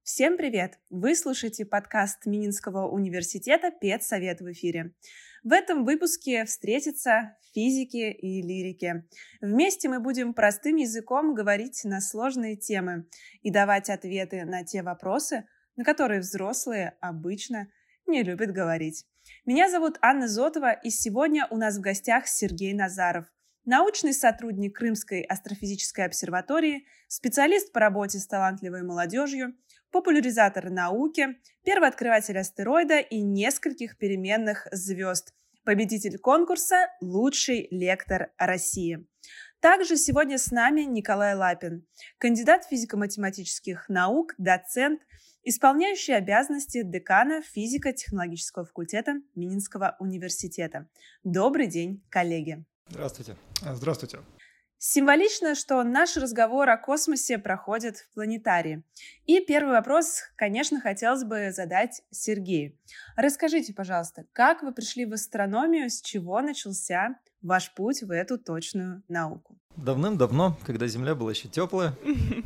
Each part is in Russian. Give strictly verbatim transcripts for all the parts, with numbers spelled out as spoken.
Всем привет! Вы слушаете подкаст Мининского университета «Педсовет» в эфире. В этом выпуске встретятся физики и лирики. Вместе мы будем простым языком говорить на сложные темы и давать ответы на те вопросы, на которые взрослые обычно не любят говорить. Меня зовут Анна Зотова, и сегодня у нас в гостях Сергей Назаров, научный сотрудник Крымской астрофизической обсерватории, специалист по работе с талантливой молодежью, популяризатор науки, первооткрыватель астероида и нескольких переменных звезд, победитель конкурса «Лучший лектор России». Также сегодня с нами Николай Лапин, кандидат физико-математических наук, доцент, исполняющий обязанности декана физико-технологического факультета Мининского университета. Добрый день, коллеги! Здравствуйте. Здравствуйте. Символично, что наш разговор о космосе проходит в планетарии. И первый вопрос, конечно, хотелось бы задать Сергею. Расскажите, пожалуйста, как вы пришли в астрономию, с чего начался ваш путь в эту точную науку? Давным-давно, когда Земля была еще теплая,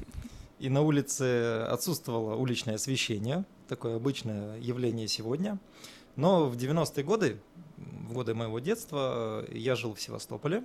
и на улице отсутствовало уличное освещение, такое обычное явление сегодня, но в девяностые годы, в годы моего детства, я жил в Севастополе,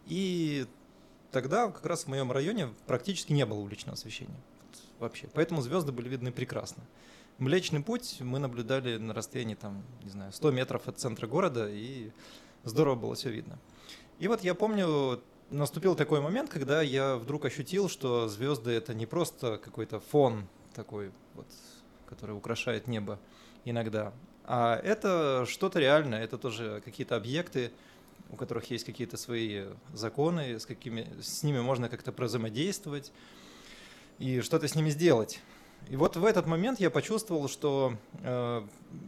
и тогда как раз в моем районе практически не было уличного освещения вообще, поэтому звезды были видны прекрасно. Млечный Путь мы наблюдали на расстоянии, там, не знаю, сто метров от центра города, и здорово было все видно. И вот я помню, наступил такой момент, когда я вдруг ощутил, что звезды — это не просто какой-то фон такой, вот, который украшает небо иногда, а это что-то реальное, это тоже какие-то объекты, у которых есть какие-то свои законы, с, какими, с ними можно как-то взаимодействовать и что-то с ними сделать. И вот в этот момент я почувствовал, что э,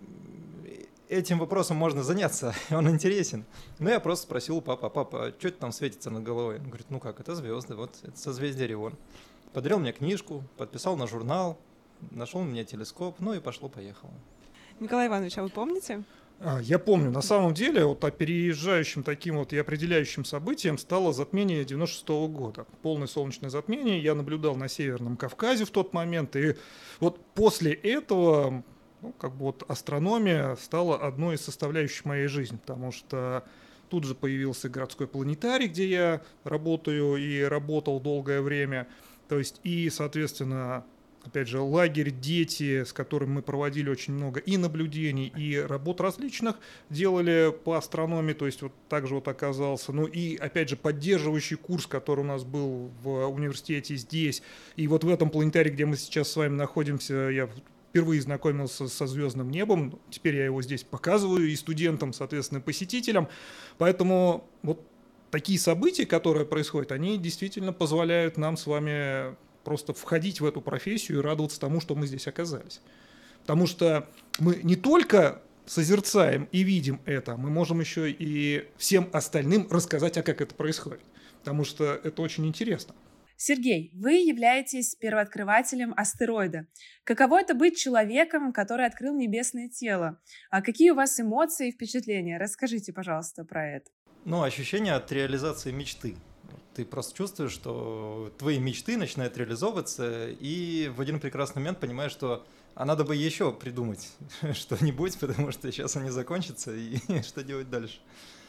этим вопросом можно заняться, он интересен. Но я просто спросил у папы: папа, а что это там светится над головой? Он говорит: ну как, это звезды, вот это созвездие Орион. Подарил мне книжку, подписал на журнал, нашел мне телескоп, ну и пошло-поехало. Николай Иванович, а вы помните? Я помню. На самом деле, вот опережающим таким вот и определяющим событием стало затмение девяносто шестого года. Полное солнечное затмение я наблюдал на Северном Кавказе в тот момент. И вот после этого, ну, как бы вот астрономия стала одной из составляющих моей жизни, потому что тут же появился городской планетарий, где я работаю и работал долгое время. То есть и, соответственно, опять же, лагерь, дети, с которыми мы проводили очень много и наблюдений, и работ различных, делали по астрономии, то есть вот также вот оказался, ну и, опять же, поддерживающий курс, который у нас был в университете здесь, и вот в этом планетарии, где мы сейчас с вами находимся, я впервые знакомился со звездным небом, теперь я его здесь показываю и студентам, соответственно, посетителям, поэтому вот такие события, которые происходят, они действительно позволяют нам с вами просто входить в эту профессию и радоваться тому, что мы здесь оказались. Потому что мы не только созерцаем и видим это, мы можем еще и всем остальным рассказать, а как это происходит. Потому что это очень интересно. Сергей, вы являетесь первооткрывателем астероида. Каково это быть человеком, который открыл небесное тело? А какие у вас эмоции и впечатления? Расскажите, пожалуйста, про это. Ну, ощущение от реализации мечты. Ты просто чувствуешь, что твои мечты начинают реализовываться, и в один прекрасный момент понимаешь, что а надо бы еще придумать что-нибудь, потому что сейчас они закончатся, и что делать дальше.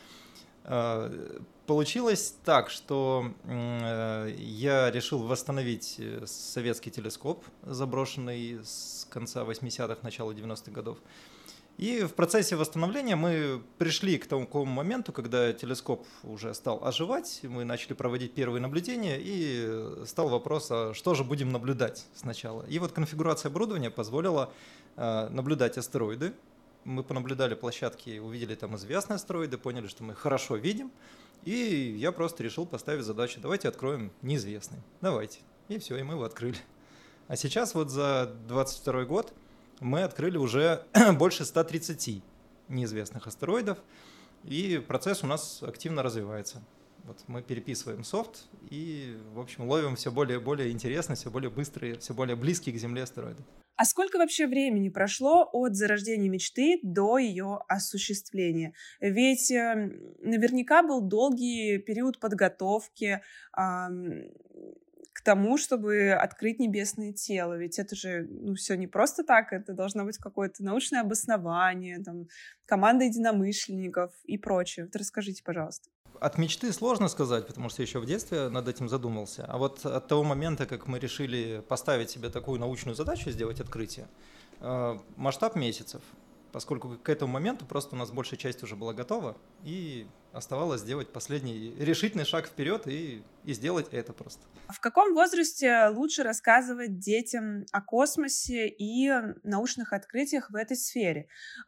Получилось так, что я решил восстановить советский телескоп, заброшенный с конца восьмидесятых, начала девяностых годов. И в процессе восстановления мы пришли к тому моменту, когда телескоп уже стал оживать, мы начали проводить первые наблюдения, и стал вопрос, а что же будем наблюдать сначала. И вот конфигурация оборудования позволила э, наблюдать астероиды. Мы понаблюдали площадки, увидели там известные астероиды, поняли, что мы хорошо видим, и я просто решил поставить задачу: давайте откроем неизвестный, давайте. И все, и мы его открыли. А сейчас вот за двадцать второй год мы открыли уже больше ста тридцати неизвестных астероидов, и процесс у нас активно развивается. Вот мы переписываем софт и, в общем, ловим все более и более интересные, все более быстрые, все более близкие к Земле астероиды. А сколько вообще времени прошло от зарождения мечты до ее осуществления? Ведь наверняка был долгий период подготовки, к тому, чтобы открыть небесное тело. Ведь это же, ну, все не просто так, это должно быть какое-то научное обоснование, там, команда единомышленников и прочее. Вот расскажите, пожалуйста. От мечты сложно сказать, потому что еще в детстве над этим задумался. А вот от того момента, как мы решили поставить себе такую научную задачу, сделать открытие, масштаб месяцев, поскольку к этому моменту просто у нас большая часть уже была готова, и оставалось сделать последний решительный шаг вперед и, и сделать это просто. В каком возрасте лучше рассказывать детям о космосе и научных открытиях в этой сфере?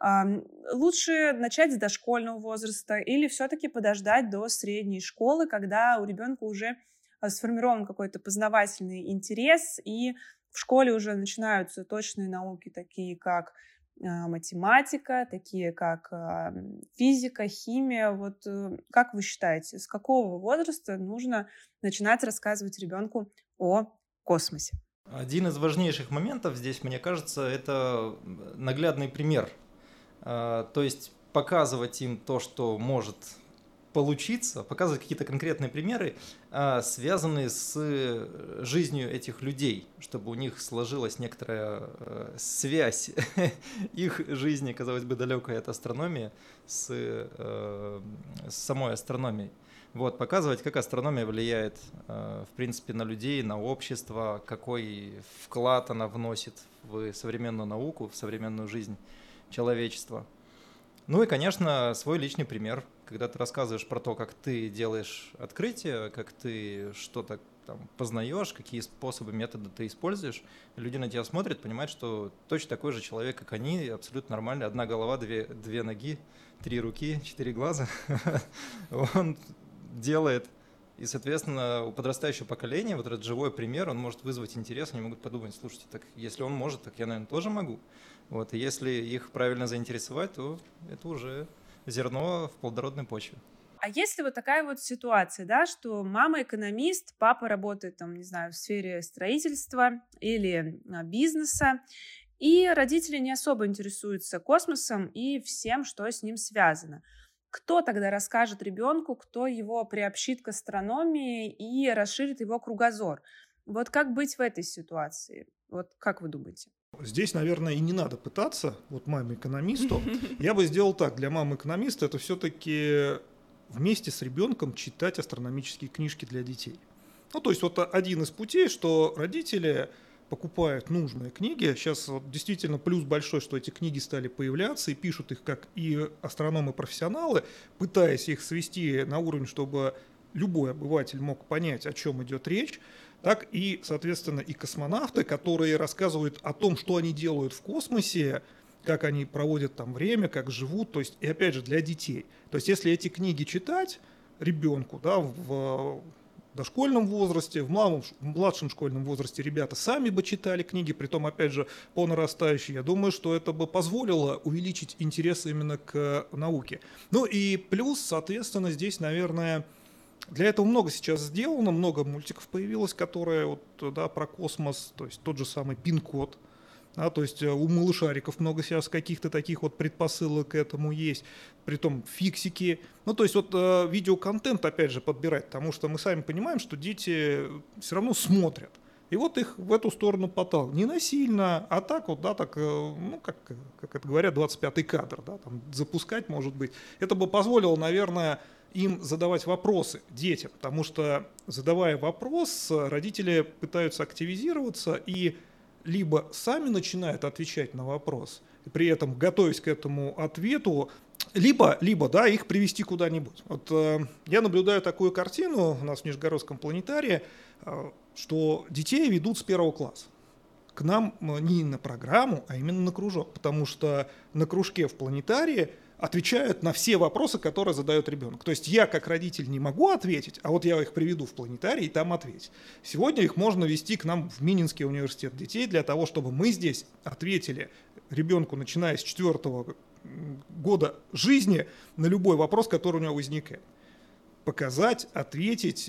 Лучше начать с дошкольного возраста или все-таки подождать до средней школы, когда у ребенка уже сформирован какой-то познавательный интерес, и в школе уже начинаются точные науки, такие как математика, такие как физика, химия. Вот как вы считаете, с какого возраста нужно начинать рассказывать ребенку о космосе? Один из важнейших моментов здесь, мне кажется, это наглядный пример. То есть показывать им то, что может получиться, показывать какие-то конкретные примеры, связанные с жизнью этих людей, чтобы у них сложилась некоторая связь их жизни, казалось бы, далекой от астрономии, с, с самой астрономией. Вот, показывать, как астрономия влияет, в принципе, на людей, на общество, какой вклад она вносит в современную науку, в современную жизнь человечества. Ну и, конечно, свой личный пример, когда ты рассказываешь про то, как ты делаешь открытие, как ты что-то там познаешь, какие способы, методы ты используешь, люди на тебя смотрят, понимают, что точно такой же человек, как они, абсолютно нормальный, одна голова, две, две ноги, три руки, четыре глаза, он делает. И, соответственно, у подрастающего поколения вот этот живой пример, он может вызвать интерес, они могут подумать, слушайте, так если он может, так я, наверное, тоже могу. Вот, и если их правильно заинтересовать, то это уже зерно в плодородной почве. А если вот такая вот ситуация, да, что мама экономист, папа работает, там, не знаю, в сфере строительства или бизнеса, и родители не особо интересуются космосом и всем, что с ним связано. Кто тогда расскажет ребенку, кто его приобщит к астрономии и расширит его кругозор? Вот как быть в этой ситуации? Вот как вы думаете? Здесь, наверное, и не надо пытаться, вот маме-экономисту. Я бы сделал так, для мамы-экономиста это все-таки вместе с ребенком читать астрономические книжки для детей. Ну, то есть вот один из путей, что родители покупают нужные книги. Сейчас вот действительно плюс большой, что эти книги стали появляться и пишут их как и астрономы-профессионалы, пытаясь их свести на уровень, чтобы любой обыватель мог понять, о чем идет речь, так и, соответственно, и космонавты, которые рассказывают о том, что они делают в космосе, как они проводят там время, как живут, то есть, и опять же, для детей. То есть, если эти книги читать ребенку, да, в дошкольном возрасте, в младшем школьном возрасте ребята сами бы читали книги, притом, опять же, по нарастающей, я думаю, что это бы позволило увеличить интерес именно к науке. Ну и плюс, соответственно, здесь, наверное, для этого много сейчас сделано, много мультиков появилось, которые вот, да, про космос, то есть тот же самый пин-код. Да, то есть у малышариков много сейчас каких-то таких вот предпосылок к этому есть, притом фиксики. Ну, то есть вот э, видеоконтент, опять же, подбирать, потому что мы сами понимаем, что дети все равно смотрят. И вот их в эту сторону потал. Не насильно, а так вот, да, так, э, ну, как, как это говорят, двадцать пятый кадр, да, там запускать, может быть. Это бы позволило, наверное, им задавать вопросы детям, потому что, задавая вопрос, родители пытаются активизироваться и либо сами начинают отвечать на вопрос, при этом готовясь к этому ответу, либо, либо да, их привести куда-нибудь. Вот, э, я наблюдаю такую картину у нас в Нижегородском планетарии, э, что детей ведут с первого класса к нам не на программу, а именно на кружок, потому что на кружке в планетарии отвечают на все вопросы, которые задает ребенок. То есть я как родитель не могу ответить, а вот я их приведу в планетарий и там ответить. Сегодня их можно вести к нам в Мининский университет детей для того, чтобы мы здесь ответили ребенку, начиная с четвертого года жизни, на любой вопрос, который у него возникает. Показать, ответить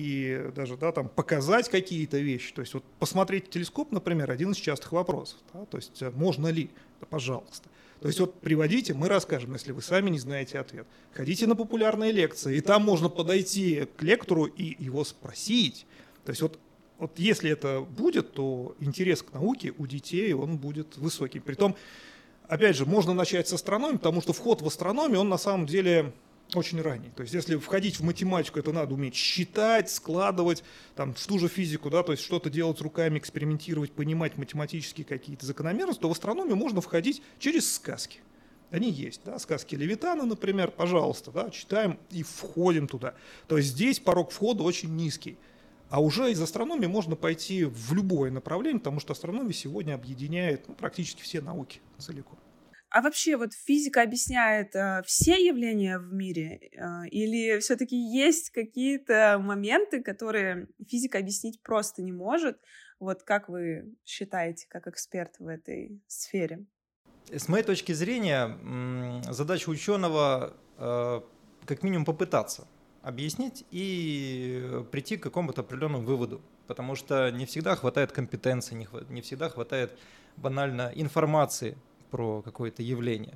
и даже да, там, показать какие-то вещи. То есть вот посмотреть в телескоп, например, один из частых вопросов. Да? То есть можно ли? Да, пожалуйста. То есть вот приводите, мы расскажем, если вы сами не знаете ответ. Ходите на популярные лекции, и там можно подойти к лектору и его спросить. То есть вот вот если это будет, то интерес к науке у детей, он будет высокий. Притом, опять же, можно начать с астрономии, потому что вход в астрономию, он на самом деле очень ранний. То есть если входить в математику, это надо уметь считать, складывать, там, в ту же физику, да, то есть что-то делать руками, экспериментировать, понимать математические какие-то закономерности, то в астрономию можно входить через сказки. Они есть, да, сказки Левитана, например, пожалуйста, да, читаем и входим туда. То есть здесь порог входа очень низкий. А уже из астрономии можно пойти в любое направление, потому что астрономия сегодня объединяет ну, практически все науки целиком. А вообще вот физика объясняет э, все явления в мире? Э, или все-таки есть какие-то моменты, которые физика объяснить просто не может? Вот как вы считаете, как эксперт в этой сфере? С моей точки зрения, задача ученого э, как минимум попытаться объяснить и прийти к какому-то определенному выводу, потому что не всегда хватает компетенции, не, хват, не всегда хватает банально информации про какое-то явление.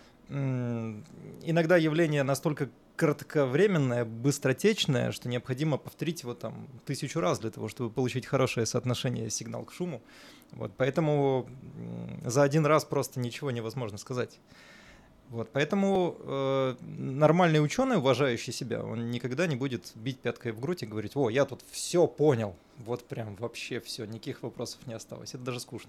Иногда явление настолько кратковременное, быстротечное, что необходимо повторить его там тысячу раз для того, чтобы получить хорошее соотношение сигнал к шуму. Вот, поэтому за один раз просто ничего невозможно сказать. Вот, поэтому э, нормальный ученый, уважающий себя, он никогда не будет бить пяткой в грудь и говорить: «О, я тут все понял, вот прям вообще все, никаких вопросов не осталось». Это даже скучно.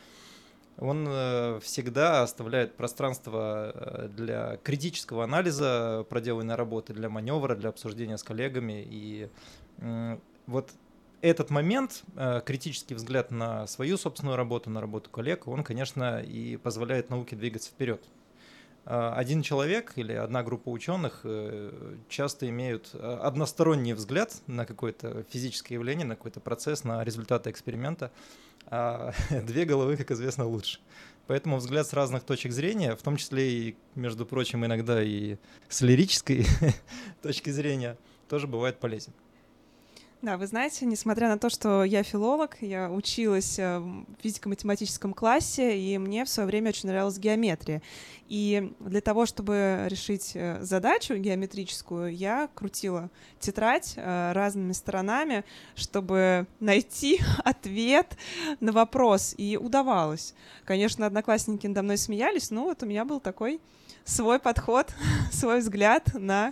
Он э, всегда оставляет пространство для критического анализа проделанной работы, для маневра, для обсуждения с коллегами. И э, вот этот момент, э, критический взгляд на свою собственную работу, на работу коллег, он, конечно, и позволяет науке двигаться вперед. Один человек или одна группа ученых часто имеют односторонний взгляд на какое-то физическое явление, на какой-то процесс, на результаты эксперимента, а две головы, как известно, лучше. Поэтому взгляд с разных точек зрения, в том числе и, между прочим, иногда и с лирической точки зрения, тоже бывает полезен. Да, вы знаете, несмотря на то, что я филолог, я училась в физико-математическом классе, и мне в свое время очень нравилась геометрия. И для того, чтобы решить задачу геометрическую, я крутила тетрадь разными сторонами, чтобы найти ответ на вопрос, и удавалось. Конечно, одноклассники надо мной смеялись, но вот у меня был такой свой подход, свой взгляд на,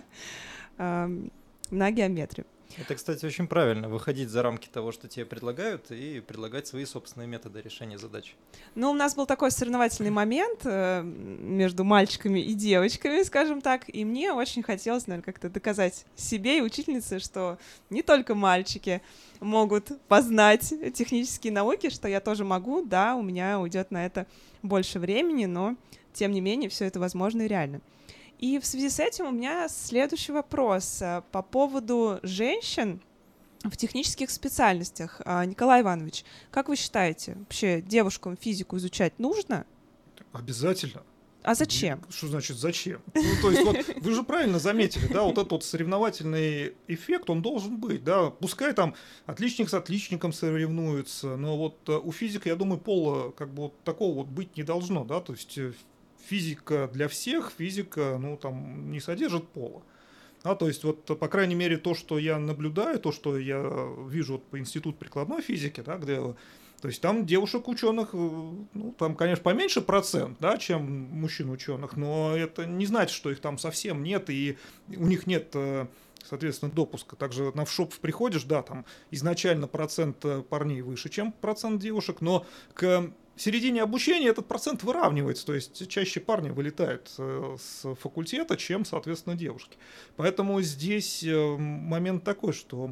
на геометрию. Это, кстати, очень правильно, выходить за рамки того, что тебе предлагают, и предлагать свои собственные методы решения задач. Ну, у нас был такой соревновательный момент э, между мальчиками и девочками, скажем так, и мне очень хотелось, наверное, как-то доказать себе и учительнице, что не только мальчики могут познать технические науки, что я тоже могу, да, у меня уйдет на это больше времени, но, тем не менее, все это возможно и реально. И в связи с этим у меня следующий вопрос по поводу женщин в технических специальностях. Николай Иванович, как вы считаете, вообще девушкам физику изучать нужно? Обязательно. А зачем? Что значит зачем? Ну, то есть вот вы же правильно заметили, да, вот этот вот соревновательный эффект, он должен быть, да, пускай там отличник с отличником соревнуются, но вот у физика, я думаю, пола как бы вот такого вот быть не должно, да, то есть физика для всех, физика, ну, там, не содержит пола. А, то есть, вот, по крайней мере, то, что я наблюдаю, то, что я вижу вот, по Институту прикладной физики, да, где, то есть, там девушек-ученых, ну, там, конечно, поменьше процент, да, чем мужчин-ученых, но это не значит, что их там совсем нет, и у них нет, соответственно, допуска. Также на ВШОП приходишь, да, там изначально процент парней выше, чем процент девушек, но к в середине обучения этот процент выравнивается, то есть чаще парни вылетают с факультета, чем, соответственно, девушки. Поэтому здесь момент такой, что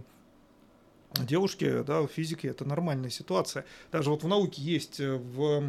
девушки, да, в физике это нормальная ситуация. Даже вот в науке есть в...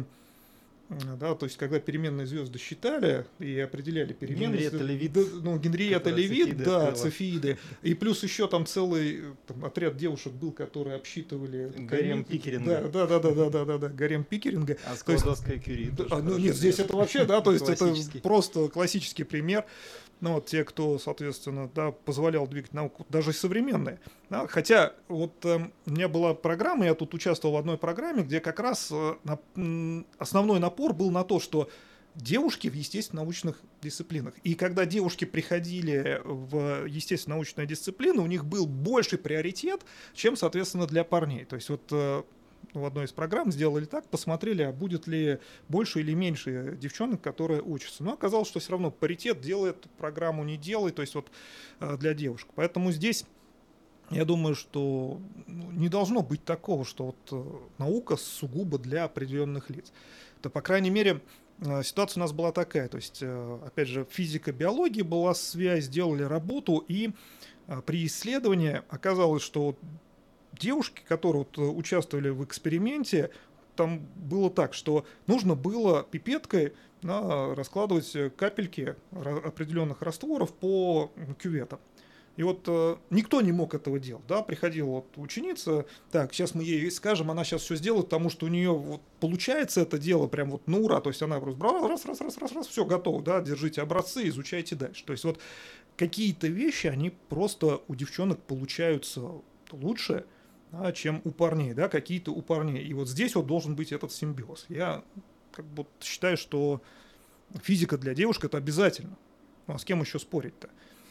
Да, то есть, когда переменные звезды считали и определяли переменные Генриетта Левит. Да, ну, Генриетта Левит, да, цефеиды. И плюс еще там целый там, отряд девушек был, которые обсчитывали гарем Пикеринга. Да, да, да, да, да, да, да, гарем Пикеринга. А Складовская Кюри. А, ну, нет, здесь это вообще, да, то есть это просто классический пример. Ну, вот те, кто, соответственно, да, позволял двигать науку, даже современные. Да, хотя вот э, у меня была программа, я тут участвовал в одной программе, где как раз э, на, основной напор был на то, что девушки в естественно-научных дисциплинах. И когда девушки приходили в естественно-научные дисциплины, у них был больший приоритет, чем, соответственно, для парней. То есть вот в одной из программ сделали так, посмотрели, а будет ли больше или меньше девчонок, которые учатся. Но оказалось, что все равно паритет делает, программу не делает, то есть вот для девушек. Поэтому здесь я думаю, что не должно быть такого, что вот наука сугубо для определенных лиц. То, по крайней мере, ситуация у нас была такая. То есть, опять же, физика, биология была связь, сделали работу, и при исследовании оказалось, что девушки, которые вот участвовали в эксперименте, там было так, что нужно было пипеткой да, раскладывать капельки определенных растворов по кюветам. И вот э, никто не мог этого делать, да, приходила вот ученица, так, сейчас мы ей скажем, она сейчас все сделает, потому что у нее вот получается это дело прям вот на ура, то есть она просто брала, раз, раз, раз, раз, раз, все готово, да, держите образцы, изучайте дальше. То есть вот какие-то вещи, они просто у девчонок получаются лучше, да, чем у парней, да, какие-то у парней. И вот здесь вот должен быть этот симбиоз. Я как бы считаю, что физика для девушек это обязательно. Ну, а с кем еще спорить-то?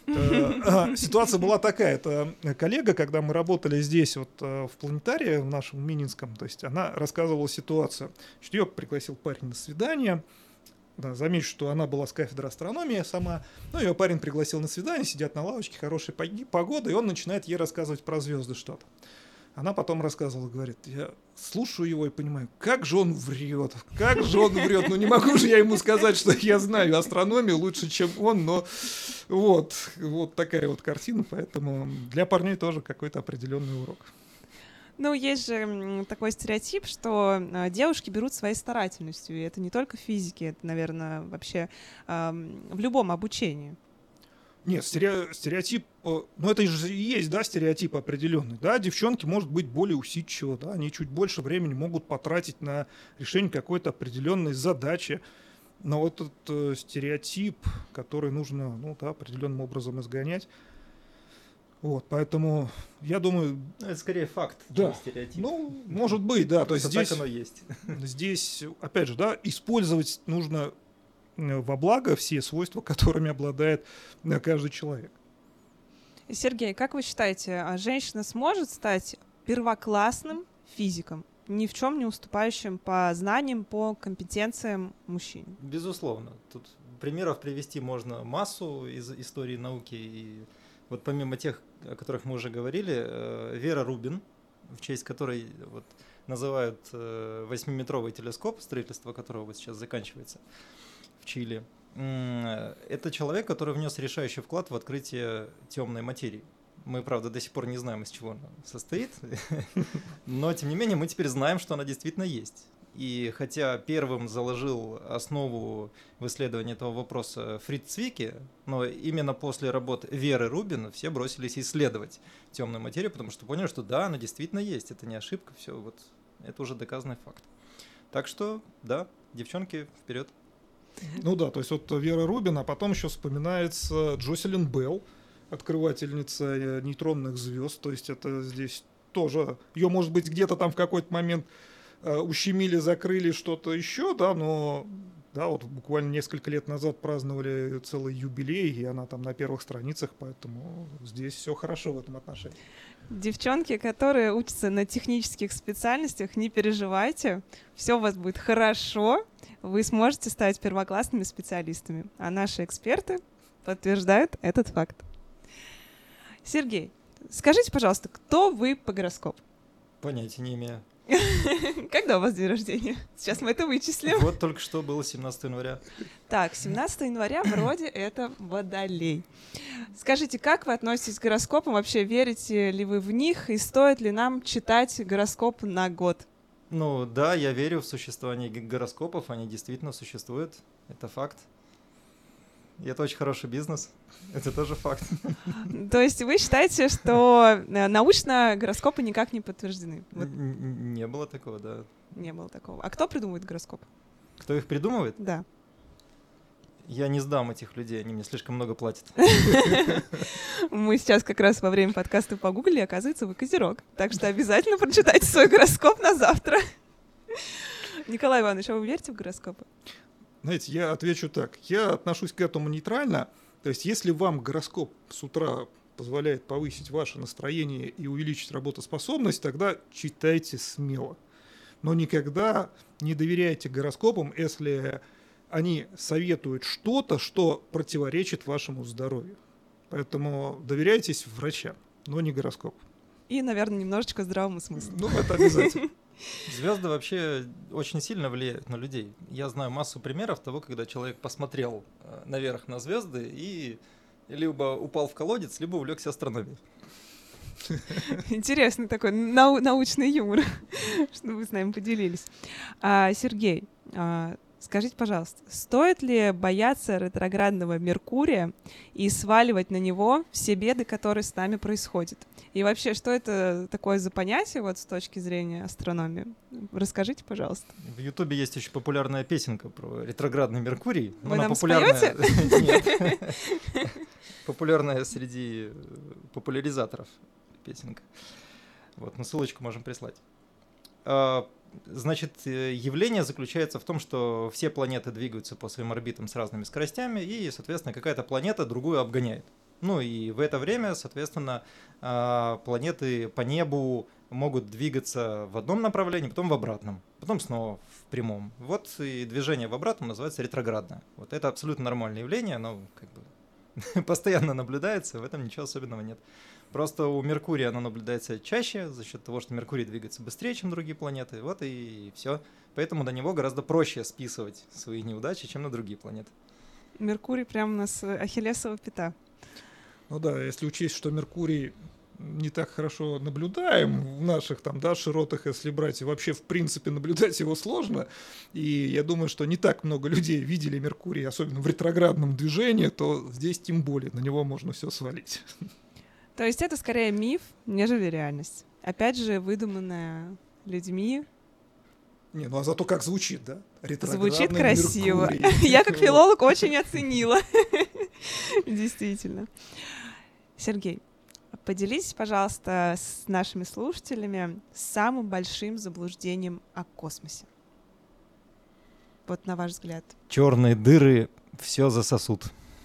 Ситуация была такая, это коллега, когда мы работали здесь вот в планетарии, в нашем Мининском, то есть она рассказывала ситуацию, что ее пригласил парень на свидание, да, замечу, что она была с кафедры астрономии сама, ну ее парень пригласил на свидание, сидят на лавочке, хорошая погода, и он начинает ей рассказывать про звезды что-то. Она потом рассказывала, говорит, я слушаю его и понимаю, как же он врет, как же он врет. Ну не могу же я ему сказать, что я знаю астрономию лучше, чем он, но вот, вот такая вот картина, поэтому для парней тоже какой-то определенный урок. Ну, есть же такой стереотип, что девушки берут своей старательностью, и это не только в физике, это, наверное, вообще в любом обучении. Нет, стереотип, ну это же и есть, да, стереотип определенный, да, девчонки, может быть, более усидчивы, да, они чуть больше времени могут потратить на решение какой-то определенной задачи, но вот этот э, стереотип, который нужно, ну да, определенным образом изгонять, вот, поэтому я думаю... Это скорее факт, да, чем стереотип. Ну, может быть, да, то есть здесь... Так оно есть. Здесь, опять же, да, использовать нужно во благо все свойства, которыми обладает каждый человек. Сергей, как вы считаете, женщина сможет стать первоклассным физиком, ни в чем не уступающим по знаниям, по компетенциям мужчин? Безусловно. Тут примеров привести можно массу из истории науки. И вот помимо тех, о которых мы уже говорили, Вера Рубин, в честь которой вот называют восьмиметровый телескоп, строительство которого вот сейчас заканчивается в Чили. Это человек, который внес решающий вклад в открытие темной материи. Мы, правда, до сих пор не знаем, из чего она состоит, но, тем не менее, мы теперь знаем, что она действительно есть. И хотя первым заложил основу в исследовании этого вопроса Фриц Цвикки, но именно после работ Веры Рубин все бросились исследовать темную материю, потому что поняли, что да, она действительно есть, это не ошибка, все, вот, это уже доказанный факт. Так что, да, девчонки, вперед. Ну да, то есть вот Вера Рубин, а потом еще вспоминается Джоселин Белл, открывательница нейтронных звезд, то есть это здесь тоже, ее, может быть, где-то там в какой-то момент э, ущемили, закрыли что-то еще, да, но да, вот буквально несколько лет назад праздновали целый юбилей, и она там на первых страницах, поэтому здесь все хорошо в этом отношении. Девчонки, которые учатся на технических специальностях, не переживайте, все у вас будет хорошо, вы сможете стать первоклассными специалистами, а наши эксперты подтверждают этот факт. Сергей, скажите, пожалуйста, кто вы по гороскопу? Понятия не имею. Когда у вас день рождения? Сейчас мы это вычислим. Вот только что было семнадцатого января. Так, семнадцатого января вроде это Водолей. Скажите, как вы относитесь к гороскопам? Вообще верите ли вы в них? И стоит ли нам читать гороскоп на год? Ну да, я верю в существование гороскопов. Они действительно существуют. Это факт. И это очень хороший бизнес. Это тоже факт. То есть вы считаете, что научно гороскопы никак не подтверждены? Вот. Не было такого, да. Не было такого. А кто придумывает гороскоп? Кто их придумывает? Да. Я не сдам этих людей, они мне слишком много платят. Мы сейчас как раз во время подкаста погуглили, оказывается, вы Козерог. Так что обязательно прочитайте свой гороскоп на завтра. Николай Иванович, а вы верите в гороскопы? Знаете, я отвечу так. Я отношусь к этому нейтрально. То есть, если вам гороскоп с утра позволяет повысить ваше настроение и увеличить работоспособность, тогда читайте смело. Но никогда не доверяйте гороскопам, если они советуют что-то, что противоречит вашему здоровью. Поэтому доверяйтесь врачам, но не гороскопу. И, наверное, немножечко здравому смыслу. Ну, это обязательно. Звезды вообще очень сильно влияют на людей. Я знаю массу примеров того, когда человек посмотрел наверх на звезды и либо упал в колодец, либо увлекся астрономией. Интересный такой нау- научный юмор, что вы с нами поделились. А, Сергей, а, скажите, пожалуйста, стоит ли бояться ретроградного Меркурия и сваливать на него все беды, которые с нами происходят? И вообще, что это такое за понятие вот с точки зрения астрономии? Расскажите, пожалуйста. В Ютубе есть очень популярная песенка про ретроградный Меркурий. Вы Она нам популярная... споёте? Нет. Популярная среди популяризаторов песенка. Вот, мы ссылочку можем прислать. Значит, явление заключается в том, что все планеты двигаются по своим орбитам с разными скоростями, и, соответственно, какая-то планета другую обгоняет. Ну и в это время, соответственно, планеты по небу могут двигаться в одном направлении, потом в обратном, потом снова в прямом. Вот и движение в обратном называется ретроградное. Вот это абсолютно нормальное явление, оно как бы постоянно наблюдается, в этом ничего особенного нет. Просто у Меркурия оно наблюдается чаще за счет того, что Меркурий двигается быстрее, чем другие планеты. Вот и все. Поэтому на него гораздо проще списывать свои неудачи, чем на другие планеты. Меркурий прям у нас ахиллесова пята. Ну да, если учесть, что Меркурий не так хорошо наблюдаем в наших там, да, широтах, если брать, и вообще в принципе наблюдать его сложно, и я думаю, что не так много людей видели Меркурий, особенно в ретроградном движении, то здесь тем более на него можно все свалить. То есть это скорее миф, нежели реальность. Опять же, выдуманная людьми. Не, ну а зато как звучит, да? Звучит красиво. Я как филолог очень оценила. Действительно. Сергей, поделитесь, пожалуйста, с нашими слушателями самым большим заблуждением о космосе. Вот на ваш взгляд. Черные дыры все засосут.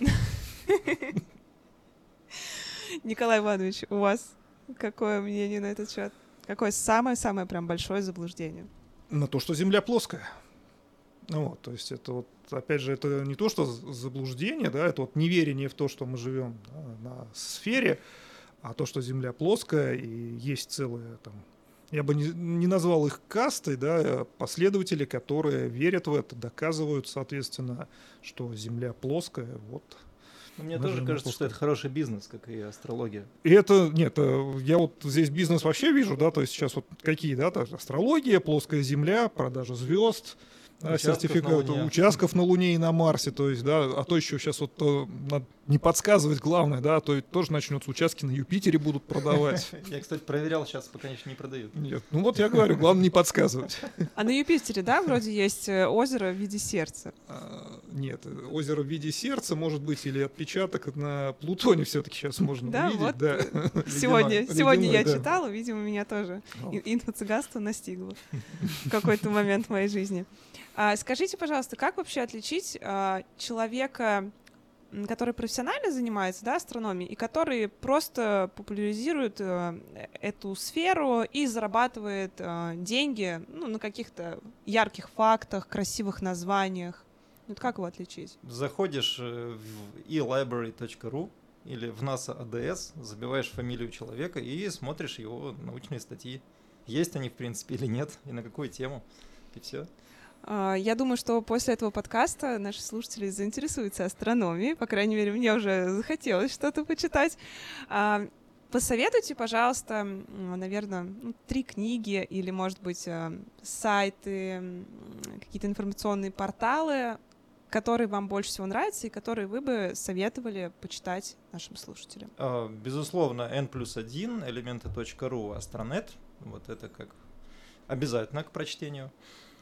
Николай Иванович, у вас какое мнение на этот счет? Какое самое-самое прям большое заблуждение? На то, что Земля плоская. Ну, вот, то есть это вот, опять же, это не то, что заблуждение, да, это вот неверие в то, что мы живем, да, на сфере, а то, что Земля плоская и есть целая там, я бы не, не назвал их кастой, да, последователи, которые верят в это, доказывают, соответственно, что Земля плоская, вот. Мне тоже кажется, плоская. Что это хороший бизнес, как и астрология. И это, нет, я вот здесь бизнес вообще вижу, да, то есть сейчас вот какие, да, то есть астрология, плоская Земля, продажа звезд, сертификат участков на Луне и на Марсе, то есть, да, а то еще сейчас вот то, надо не подсказывать главное, да, а то тоже начнутся участки на Юпитере будут продавать. Я, кстати, проверял, сейчас пока еще не продают. Нет, ну вот я говорю, главное не подсказывать. А на Юпитере, да, вроде есть озеро в виде сердца? А, нет, озеро в виде сердца может быть или отпечаток на Плутоне все-таки сейчас можно да, увидеть. Вот да, сегодня, ледяной, сегодня ледяной, я да. читала, видимо, меня тоже инфо-цыганство настигло в какой-то момент в моей жизни. А, скажите, пожалуйста, как вообще отличить а, человека, который профессионально занимается, да, астрономией, и который просто популяризирует а, эту сферу и зарабатывает а, деньги, ну, на каких-то ярких фактах, красивых названиях? Вот как его отличить? Заходишь в и лайбрери точка ру или в NASA эй ди эс, забиваешь фамилию человека и смотришь его научные статьи. Есть они, в принципе, или нет, и на какую тему, и все. Я думаю, что после этого подкаста наши слушатели заинтересуются астрономией. По крайней мере, мне уже захотелось что-то почитать. Посоветуйте, пожалуйста, наверное, три книги или, может быть, сайты, какие-то информационные порталы, которые вам больше всего нравятся и которые вы бы советовали почитать нашим слушателям. Безусловно, эн плюс один, элементы точка ру, Астронет. Вот это как обязательно к прочтению.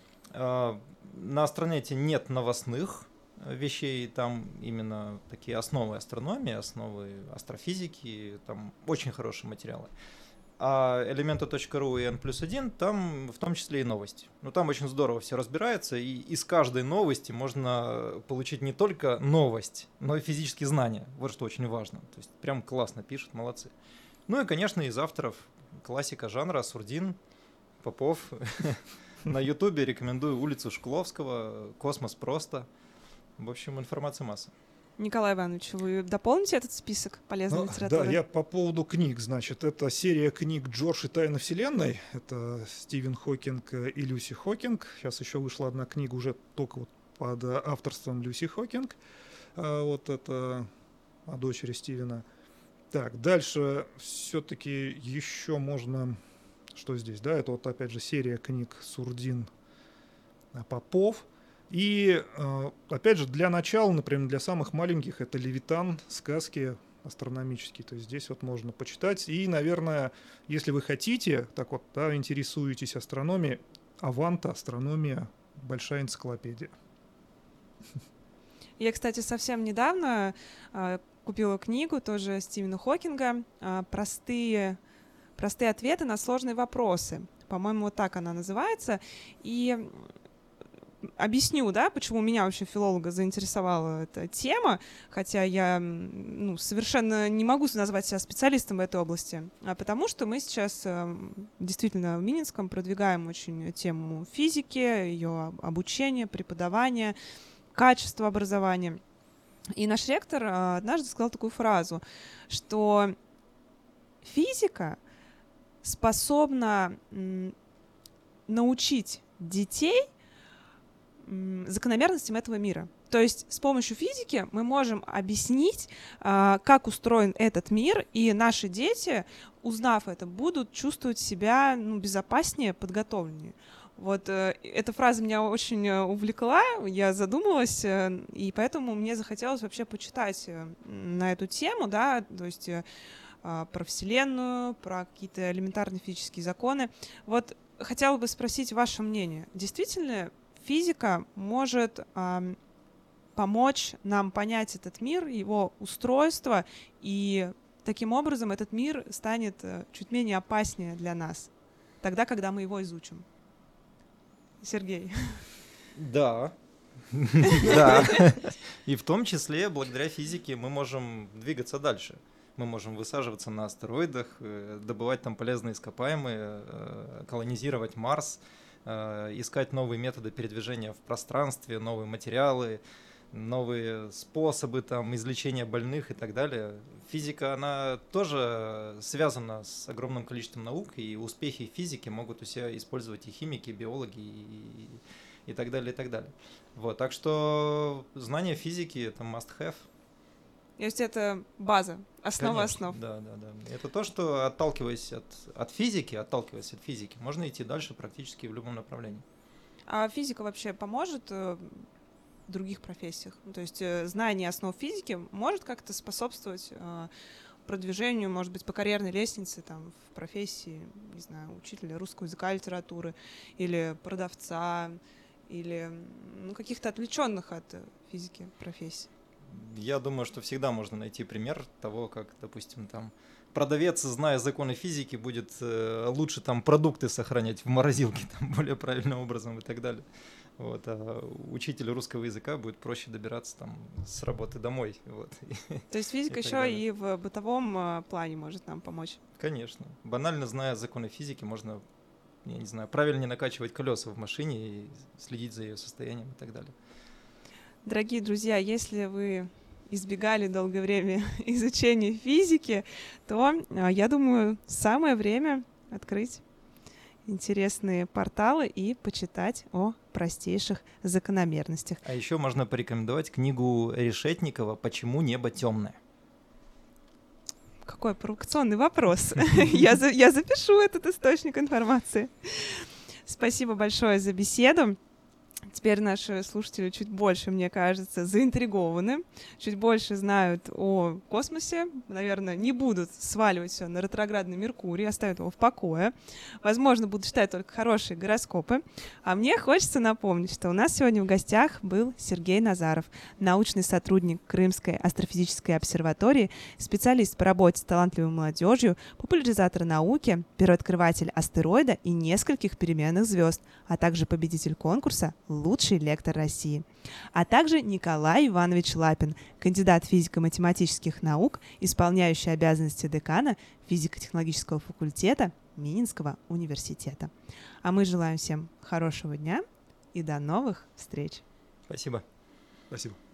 На Астронете нет новостных вещей, там именно такие основы астрономии, основы астрофизики, там очень хорошие материалы. А элемента точка ру и эн плюс один, там в том числе и новости. Ну, там очень здорово все разбирается, и из каждой новости можно получить не только новость, но и физические знания. Вот что очень важно. То есть прям классно пишут, молодцы. Ну и, конечно, из авторов классика жанра Сурдин, Попов. На Ютубе рекомендую улицу Шкловского, Космос просто. В общем, информации масса. Николай Иванович, вы дополните этот список полезной Ну, литературы? Да, я по поводу книг, значит, это серия книг «Джордж и тайна вселенной», это Стивен Хокинг и Люси Хокинг, сейчас еще вышла одна книга уже только вот под авторством Люси Хокинг, вот это о дочери Стивена. Так, дальше все-таки еще можно, что здесь, да, это вот опять же серия книг Сурдин, Попов. И, опять же, для начала, например, для самых маленьких, это «Левитан», сказки астрономические. То есть здесь вот можно почитать. И, наверное, если вы хотите, так вот, да, интересуетесь астрономией, «Аванта. Астрономия. Большая энциклопедия». Я, кстати, совсем недавно э, купила книгу тоже Стивена Хокинга э, «Простые, простые ответы на сложные вопросы». По-моему, вот так она называется. И объясню, да, почему меня вообще филолога заинтересовала эта тема, хотя я ну, совершенно не могу назвать себя специалистом в этой области, а потому что мы сейчас действительно в Мининском продвигаем очень тему физики, ее обучения, преподавания, качества образования. И наш ректор однажды сказал такую фразу, что физика способна научить детей закономерностям этого мира. То есть с помощью физики мы можем объяснить, как устроен этот мир, и наши дети, узнав это, будут чувствовать себя ну, безопаснее, подготовленнее. Вот э, эта фраза меня очень увлекла, я задумалась, э, и поэтому мне захотелось вообще почитать э, на эту тему, да, то есть э, про Вселенную, про какие-то элементарные физические законы. Вот хотела бы спросить ваше мнение. Действительно, физика может э, помочь нам понять этот мир, его устройство, и таким образом этот мир станет э, чуть менее опаснее для нас, тогда, когда мы его изучим? Сергей. Да. Да. И в том числе, благодаря физике, мы можем двигаться дальше. Мы можем высаживаться на астероидах, добывать там полезные ископаемые, колонизировать Марс, искать новые методы передвижения в пространстве, новые материалы, новые способы там, излечения больных и так далее. Физика, она тоже связана с огромным количеством наук, и успехи физики могут у себя использовать и химики, и биологи, и, и так далее, и так далее. Вот, так что знание физики — это must-have. То есть это база, основа Конечно, основ. Да, да, да. Это то, что, отталкиваясь от, от физики, отталкиваясь от физики, можно идти дальше практически в любом направлении. А физика вообще поможет в других профессиях? То есть знание основ физики может как-то способствовать продвижению, может быть, по карьерной лестнице там, в профессии, не знаю, учителя русского языка, литературы, или продавца, или ну, каких-то отвлеченных от физики профессий? Я думаю, что всегда можно найти пример того, как, допустим, там продавец, зная законы физики, будет э, лучше там продукты сохранять в морозилке там, более правильным образом и так далее. Вот, а учителю русского языка будет проще добираться там с работы домой. Вот. То есть физика еще и в бытовом плане может нам помочь? Конечно. Банально зная законы физики, можно, я не знаю, правильнее накачивать колеса в машине и следить за ее состоянием и так далее. Дорогие друзья, если вы избегали долгое время изучения физики, то, я думаю, самое время открыть интересные порталы и почитать о простейших закономерностях. А еще можно порекомендовать книгу Решетникова «Почему небо темное». Какой провокационный вопрос. Я запишу этот источник информации. Спасибо большое за беседу. Теперь наши слушатели чуть больше, мне кажется, заинтригованы, чуть больше знают о космосе, наверное, не будут сваливать все на ретроградный Меркурий, оставят его в покое, возможно, будут читать только хорошие гороскопы. А мне хочется напомнить, что у нас сегодня в гостях был Сергей Назаров, научный сотрудник Крымской астрофизической обсерватории, специалист по работе с талантливой молодежью, популяризатор науки, первооткрыватель астероида и нескольких переменных звезд, а также победитель конкурса «Лучший лектор России», а также Николай Иванович Лапин, кандидат физико-математических наук, исполняющий обязанности декана физико-технологического факультета Мининского университета. А мы желаем всем хорошего дня и до новых встреч. Спасибо. Спасибо.